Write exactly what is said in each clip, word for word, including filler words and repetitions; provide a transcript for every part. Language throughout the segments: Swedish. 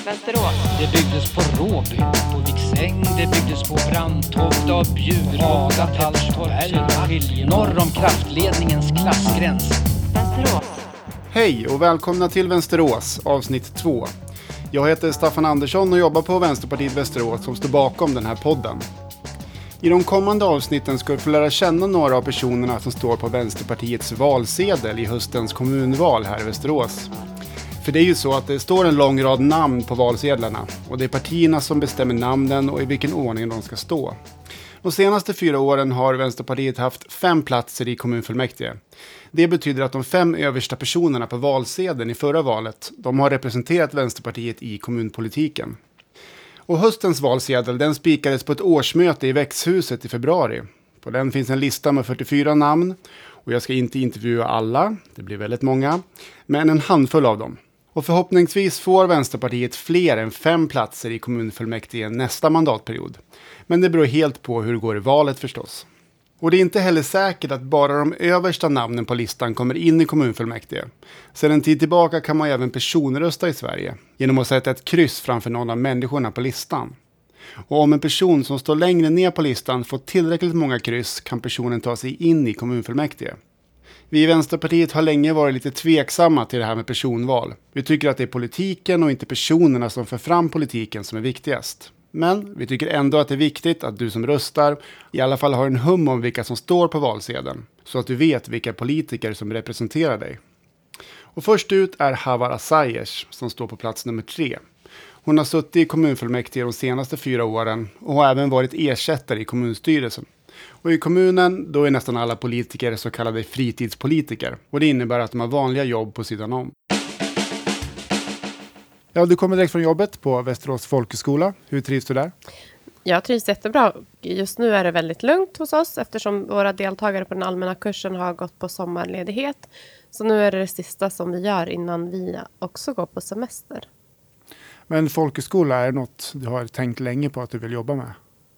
Västerås. Det byggdes på Råby, på Viksäng, det byggdes på Brandtoft av Bjur, Haga, Hälstorp, norr om kraftledningens klassgräns. Västerås. Hej och välkomna till Västerås, avsnitt två. Jag heter Staffan Andersson och jobbar på Vänsterpartiet Västerås som står bakom den här podden. I de kommande avsnitten ska vi få lära känna några av personerna som står på Vänsterpartiets valsedel i höstens kommunval här i Västerås. För det är ju så att det står en lång rad namn på valsedlarna och det är partierna som bestämmer namnen och i vilken ordning de ska stå. De senaste fyra åren har Vänsterpartiet haft fem platser i kommunfullmäktige. Det betyder att de fem översta personerna på valsedeln i förra valet, de har representerat Vänsterpartiet i kommunpolitiken. Och höstens valsedel, den spikades på ett årsmöte i Växthuset i februari. På den finns en lista med fyrtiofyra namn och jag ska inte intervjua alla, det blir väldigt många, men en handfull av dem. Och förhoppningsvis får Vänsterpartiet fler än fem platser i kommunfullmäktige nästa mandatperiod. Men det beror helt på hur det går i valet förstås. Och det är inte heller säkert att bara de översta namnen på listan kommer in i kommunfullmäktige. Sedan en tid tillbaka kan man även personrösta i Sverige genom att sätta ett kryss framför någon av människorna på listan. Och om en person som står längre ner på listan får tillräckligt många kryss kan personen ta sig in i kommunfullmäktige. Vi i Vänsterpartiet har länge varit lite tveksamma till det här med personval. Vi tycker att det är politiken och inte personerna som för fram politiken som är viktigast. Men vi tycker ändå att det är viktigt att du som röstar i alla fall har en hum om vilka som står på valsedeln. Så att du vet vilka politiker som representerar dig. Och först ut är Havar Assayers som står på plats nummer tre. Hon har suttit i kommunfullmäktige de senaste fyra åren och har även varit ersättare i kommunstyrelsen. Och i kommunen då är nästan alla politiker så kallade fritidspolitiker. Och det innebär att de har vanliga jobb på sidan om. Ja, du kommer direkt från jobbet på Västerås folkhögskola. Hur trivs du där? Jag trivs jättebra. Just nu är det väldigt lugnt hos oss eftersom våra deltagare på den allmänna kursen har gått på sommarledighet. Så nu är det det sista som vi gör innan vi också går på semester. Men folkhögskola är något du har tänkt länge på att du vill jobba med?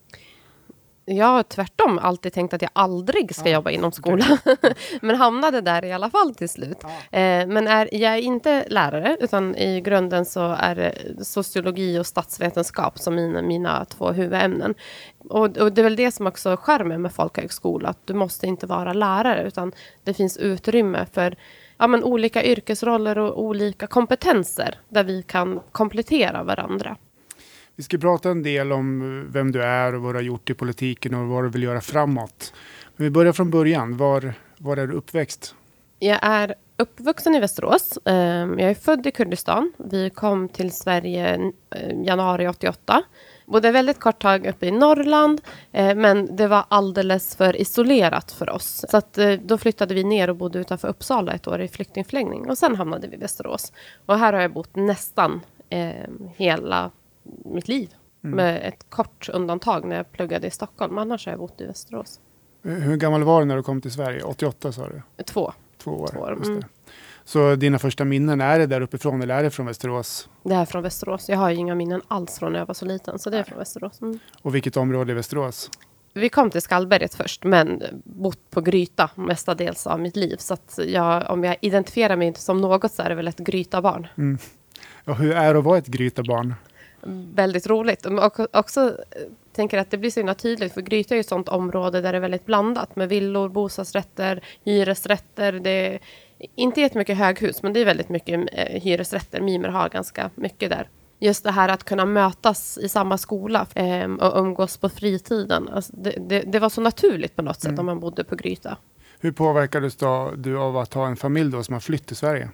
Jag har tvärtom alltid tänkt att jag aldrig ska ah, jobba inom skolan. Okay. Men hamnade där i alla fall till slut. Ah. Eh, men är, jag är inte lärare utan i grunden så är det sociologi och statsvetenskap som mina, mina två huvudämnen. Och, och det är väl det som också är charmen med folkhögskola. Att du måste inte vara lärare utan det finns utrymme för ja, men olika yrkesroller och olika kompetenser där vi kan komplettera varandra. Vi ska prata en del om vem du är och vad du har gjort i politiken och vad du vill göra framåt. Men vi börjar från början. Var, var är du uppväxt? Jag är uppvuxen i Västerås. Jag är född i Kurdistan. Vi kom till Sverige januari åttioåtta. Bodde väldigt kort tag uppe i Norrland. Men det var alldeles för isolerat för oss. Så att då flyttade vi ner och bodde utanför Uppsala ett år i flyktingförläggning. Och sen hamnade vi i Västerås. Och här har jag bott nästan hela mitt liv. Mm. Med ett kort undantag när jag pluggade i Stockholm. Annars har jag bott i Västerås. Hur gammal var du när du kom till Sverige? åttioåtta sa du? Två. Två år. Två år. Just det. Mm. Så dina första minnen, är det där uppifrån eller är det från Västerås? Det är från Västerås. Jag har ju inga minnen alls från när jag var så liten. Så det är från Västerås. Mm. Och vilket område i Västerås? Vi kom till Skallberget först. Men bott på Gryta mestadels av mitt liv. Så att jag, om jag identifierar mig inte som något så är det väl ett Grytabarn. Mm. Och hur är det att vara ett Grytabarn? Väldigt roligt. Och också tänker att det blir så himla tydligt. För Gryta är ju ett sånt område där det är väldigt blandat. Med villor, bostadsrätter, hyresrätter. Det är inte jättemycket höghus. Men det är väldigt mycket eh, hyresrätter. Mimer har ganska mycket där. Just det här att kunna mötas i samma skola. Eh, och umgås på fritiden. Alltså det, det, det var så naturligt på något sätt mm. om man bodde på Gryta. Hur påverkades då du av att ha en familj då som har flytt till Sverige?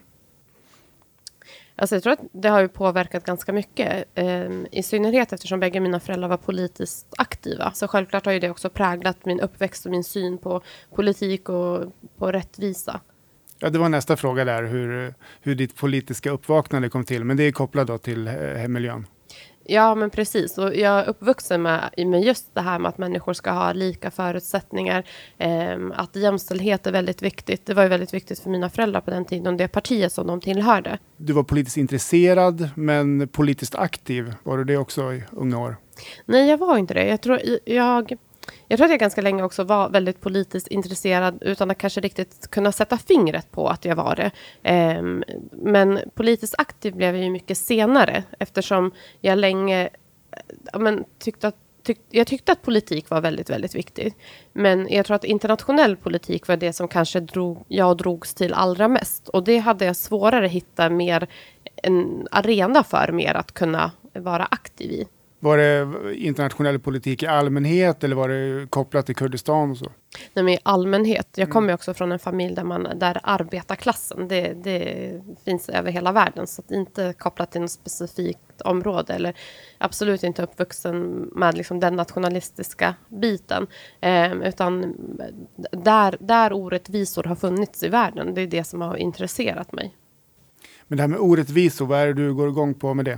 Alltså jag tror att det har ju påverkat ganska mycket. Eh, I synnerhet eftersom bägge mina föräldrar var politiskt aktiva. Så självklart har ju det också präglat min uppväxt och min syn på politik och på rättvisa. Ja, det var nästa fråga där. Hur, hur ditt politiska uppvaknande kom till. Men det är kopplat då till hemmiljön. Ja, men precis. Och jag är uppvuxen med, med just det här med att människor ska ha lika förutsättningar. Eh, att jämställdhet är väldigt viktigt. Det var ju väldigt viktigt för mina föräldrar på den tiden. Det partiet som de tillhörde. Du var politiskt intresserad men politiskt aktiv. Var du det också i unga år? Nej, jag var inte det. Jag tror jag... Jag tror att jag ganska länge också var väldigt politiskt intresserad utan att kanske riktigt kunna sätta fingret på att jag var det. Um, men politiskt aktiv blev jag ju mycket senare eftersom jag länge ja, men, tyckte att Tyck, jag tyckte att politik var väldigt, väldigt viktigt. Men jag tror att internationell politik var det som kanske drog, jag drogs till allra mest. Och det hade jag svårare att hitta mer en arena för mer att kunna vara aktiv i. Var det internationell politik i allmänhet eller var det kopplat till Kurdistan och så? Nej, men i allmänhet. Jag kommer ju också från en familj där, man, där arbetarklassen, det, det finns över hela världen. Så att inte kopplat till något specifikt område. Eller absolut inte uppvuxen med liksom den nationalistiska biten. Eh, utan där, där orättvisor har funnits i världen. Det är det som har intresserat mig. Men det här med orättvisor, vad är det du går igång på med det?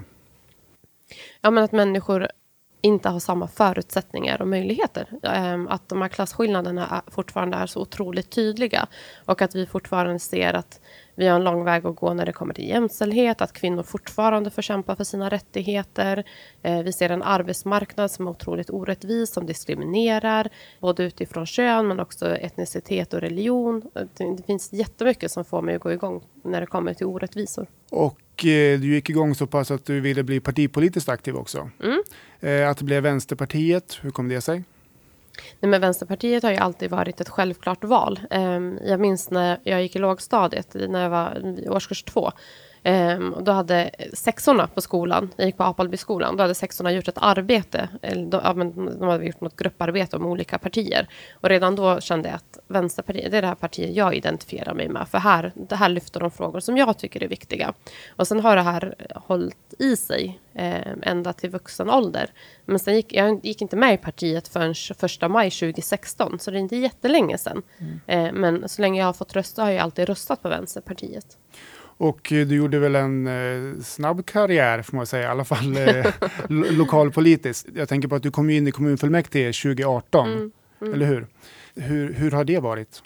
Ja, men att människor inte har samma förutsättningar och möjligheter. Att de här klasskillnaderna fortfarande är så otroligt tydliga. Och att vi fortfarande ser att vi har en lång väg att gå när det kommer till jämställdhet. Att kvinnor fortfarande får kämpa för sina rättigheter. Vi ser en arbetsmarknad som är otroligt orättvis, som diskriminerar. Både utifrån kön men också etnicitet och religion. Det finns jättemycket som får mig att gå igång när det kommer till orättvisor. Och eh, du gick igång så pass att du ville bli partipolitiskt aktiv också. Mm. Eh, att det blev Vänsterpartiet, hur kom det sig? Nej, men Vänsterpartiet har ju alltid varit ett självklart val. Um, jag minns när jag gick i lågstadiet, när jag var i årskurs två. Um, och då hade sexorna på skolan, jag gick på Apalbyskolan, då hade sexorna gjort ett arbete, eller de, ja, men de hade gjort något grupparbete om olika partier. Och redan då kände jag att Vänsterpartiet, det är det här partiet jag identifierar mig med. För här, det här lyfter de frågor som jag tycker är viktiga. Och sen har det här hållit i sig eh, ända till vuxen ålder. Men sen gick jag gick inte med i partiet förrän första maj tjugohundrasexton, så det är inte jättelänge sedan. Mm. Eh, men så länge jag har fått rösta har jag alltid röstat på Vänsterpartiet. Och du gjorde väl en eh, snabb karriär får man säga, i alla fall eh, lo- lokalpolitiskt. Jag tänker på att du kom in i kommunfullmäktige tjugoarton, mm, mm. eller hur? hur? Hur har det varit?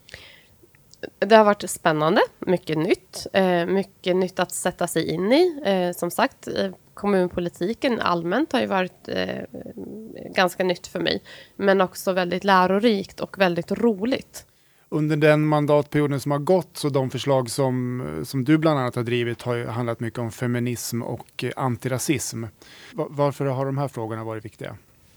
Det har varit spännande, mycket nytt. Eh, mycket nytt att sätta sig in i. Eh, som sagt, eh, kommunpolitiken allmänt har ju varit eh, ganska nytt för mig. Men också väldigt lärorikt och väldigt roligt. Under den mandatperioden som har gått så de förslag som, som du bland annat har drivit har ju handlat mycket om feminism och antirasism. Varför har de här frågorna varit viktiga?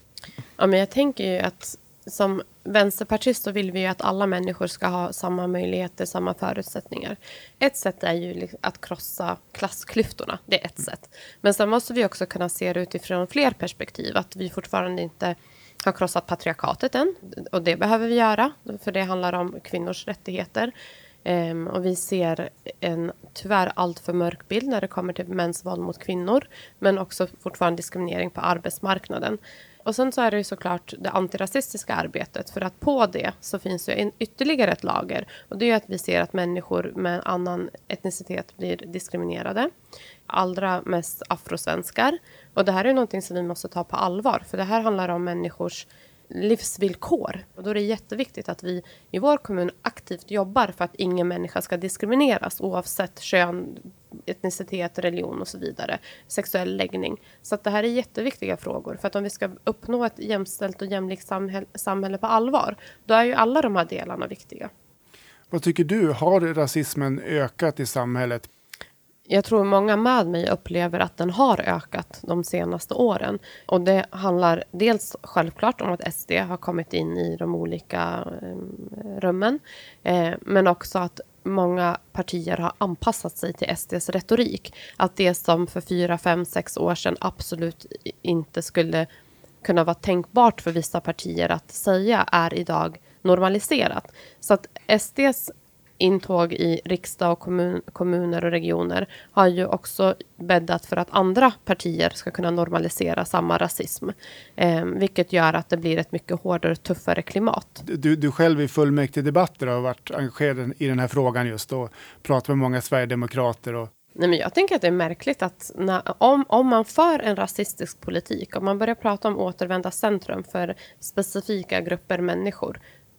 Ja, men jag tänker ju att som vänsterpartist så vill vi ju att alla människor ska ha samma möjligheter, samma förutsättningar. Ett sätt är ju att krossa klassklyftorna, det är ett mm. sätt. Men sen måste vi också kunna se det utifrån fler perspektiv, att vi fortfarande inte har krossat patriarkatet än, och det behöver vi göra, för det handlar om kvinnors rättigheter. Um, och vi ser en tyvärr allt för mörk bild när det kommer till mäns våld mot kvinnor, men också fortfarande diskriminering på arbetsmarknaden. Och sen så är det ju såklart det antirasistiska arbetet, för att på det så finns ju en ytterligare ett lager, och det är ju att vi ser att människor med annan etnicitet blir diskriminerade, allra mest afrosvenskar, och det här är någonting som vi måste ta på allvar, för det här handlar om människors livsvillkor. Och då är det jätteviktigt att vi i vår kommun aktivt jobbar för att ingen människa ska diskrimineras oavsett kön, etnicitet, religion och så vidare. Sexuell läggning. Så att det här är jätteviktiga frågor. För att om vi ska uppnå ett jämställt och jämlikt samhälle, samhälle på allvar, då är ju alla de här delarna viktiga. Vad tycker du? Har rasismen ökat i samhället? Jag tror många med mig upplever att den har ökat de senaste åren. Och det handlar dels självklart om att S D har kommit in i de olika eh, rummen. Eh, men också att många partier har anpassat sig till S D:s retorik. Att det som för fyra, fem, sex år sedan absolut inte skulle kunna vara tänkbart för vissa partier att säga är idag normaliserat. Så att S D:s intåg i riksdag och kommun, kommuner och regioner har ju också bäddat för att andra partier ska kunna normalisera samma rasism. Eh, vilket gör att det blir ett mycket hårdare, tuffare klimat. Du, du själv i fullmäktige debatter har varit engagerad i den här frågan just och pratat med många sverigedemokrater. Och... Nej, men jag tänker att det är märkligt att när, om, om man för en rasistisk politik, om man börjar prata om återvända centrum för specifika grupper människor,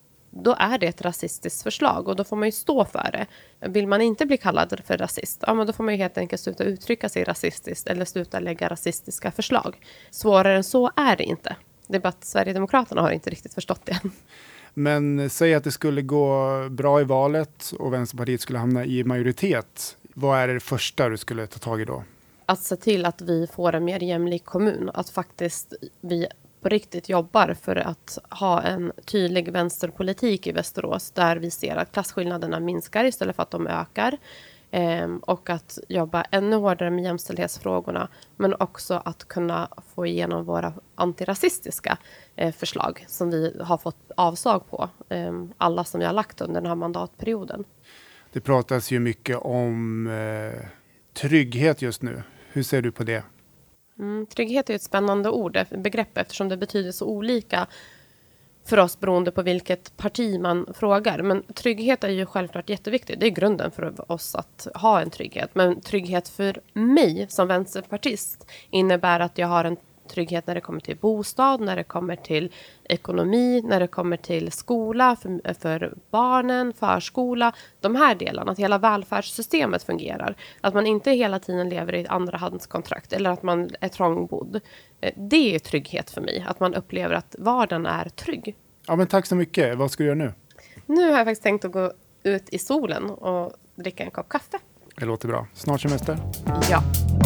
då är det ett rasistiskt förslag och då får man ju stå för det. Vill man inte bli kallad för rasist, ja, men då får man ju helt enkelt sluta uttrycka sig rasistiskt eller sluta lägga rasistiska förslag. Svårare än så är det inte. Det är bara att Sverigedemokraterna har inte riktigt förstått det. Men säg att det skulle gå bra i valet och Vänsterpartiet skulle hamna i majoritet. Vad är det första du skulle ta tag i då? Att se till att vi får en mer jämlik kommun. Att faktiskt vi på riktigt jobbar för att ha en tydlig vänsterpolitik i Västerås. Där vi ser att klasskillnaderna minskar istället för att de ökar. Ehm, och att jobba ännu hårdare med jämställdhetsfrågorna. Men också att kunna få igenom våra antirasistiska eh, förslag. Som vi har fått avslag på. Ehm, alla som vi har lagt under den här mandatperioden. Det pratas ju mycket om eh, trygghet just nu. Hur ser du på det? Mm, trygghet är ett spännande ord, ett begrepp, eftersom det betyder så olika för oss beroende på vilket parti man frågar. Men trygghet är ju självklart jätteviktigt. Det är grunden för oss att ha en trygghet. Men trygghet för mig som vänsterpartist innebär att jag har en trygghet när det kommer till bostad, när det kommer till ekonomi, när det kommer till skola, för, för barnen, förskola. De här delarna, att hela välfärdssystemet fungerar. Att man inte hela tiden lever i ett andrahandskontrakt eller att man är trångbodd. Det är trygghet för mig, att man upplever att vardagen är trygg. Ja, men tack så mycket. Vad ska du göra nu? Nu har jag faktiskt tänkt att gå ut i solen och dricka en kopp kaffe. Det låter bra. Snart semester. Ja.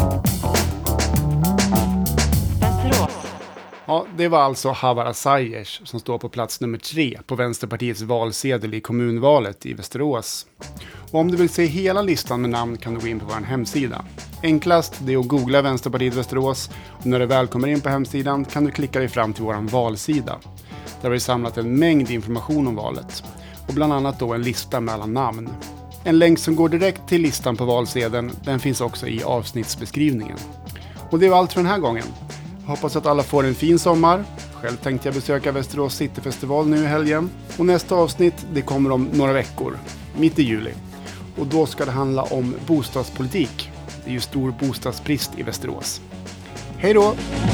Ja, det var alltså Havar Azaiers som står på plats nummer tre på Vänsterpartiets valsedel i kommunvalet i Västerås. Och om du vill se hela listan med namn kan du gå in på vår hemsida. Enklast det är att googla Vänsterpartiet Västerås och när du väl kommer in på hemsidan kan du klicka dig fram till vår valsida. Där har vi samlat en mängd information om valet och bland annat då en lista med alla namn. En länk som går direkt till listan på valsedeln, den finns också i avsnittsbeskrivningen. Och det var allt för den här gången. Hoppas att alla får en fin sommar. Själv tänkte jag besöka Västerås Cityfestival nu i helgen. Och nästa avsnitt det kommer om några veckor, mitt i juli. Och då ska det handla om bostadspolitik. Det är ju stor bostadsbrist i Västerås. Hej då!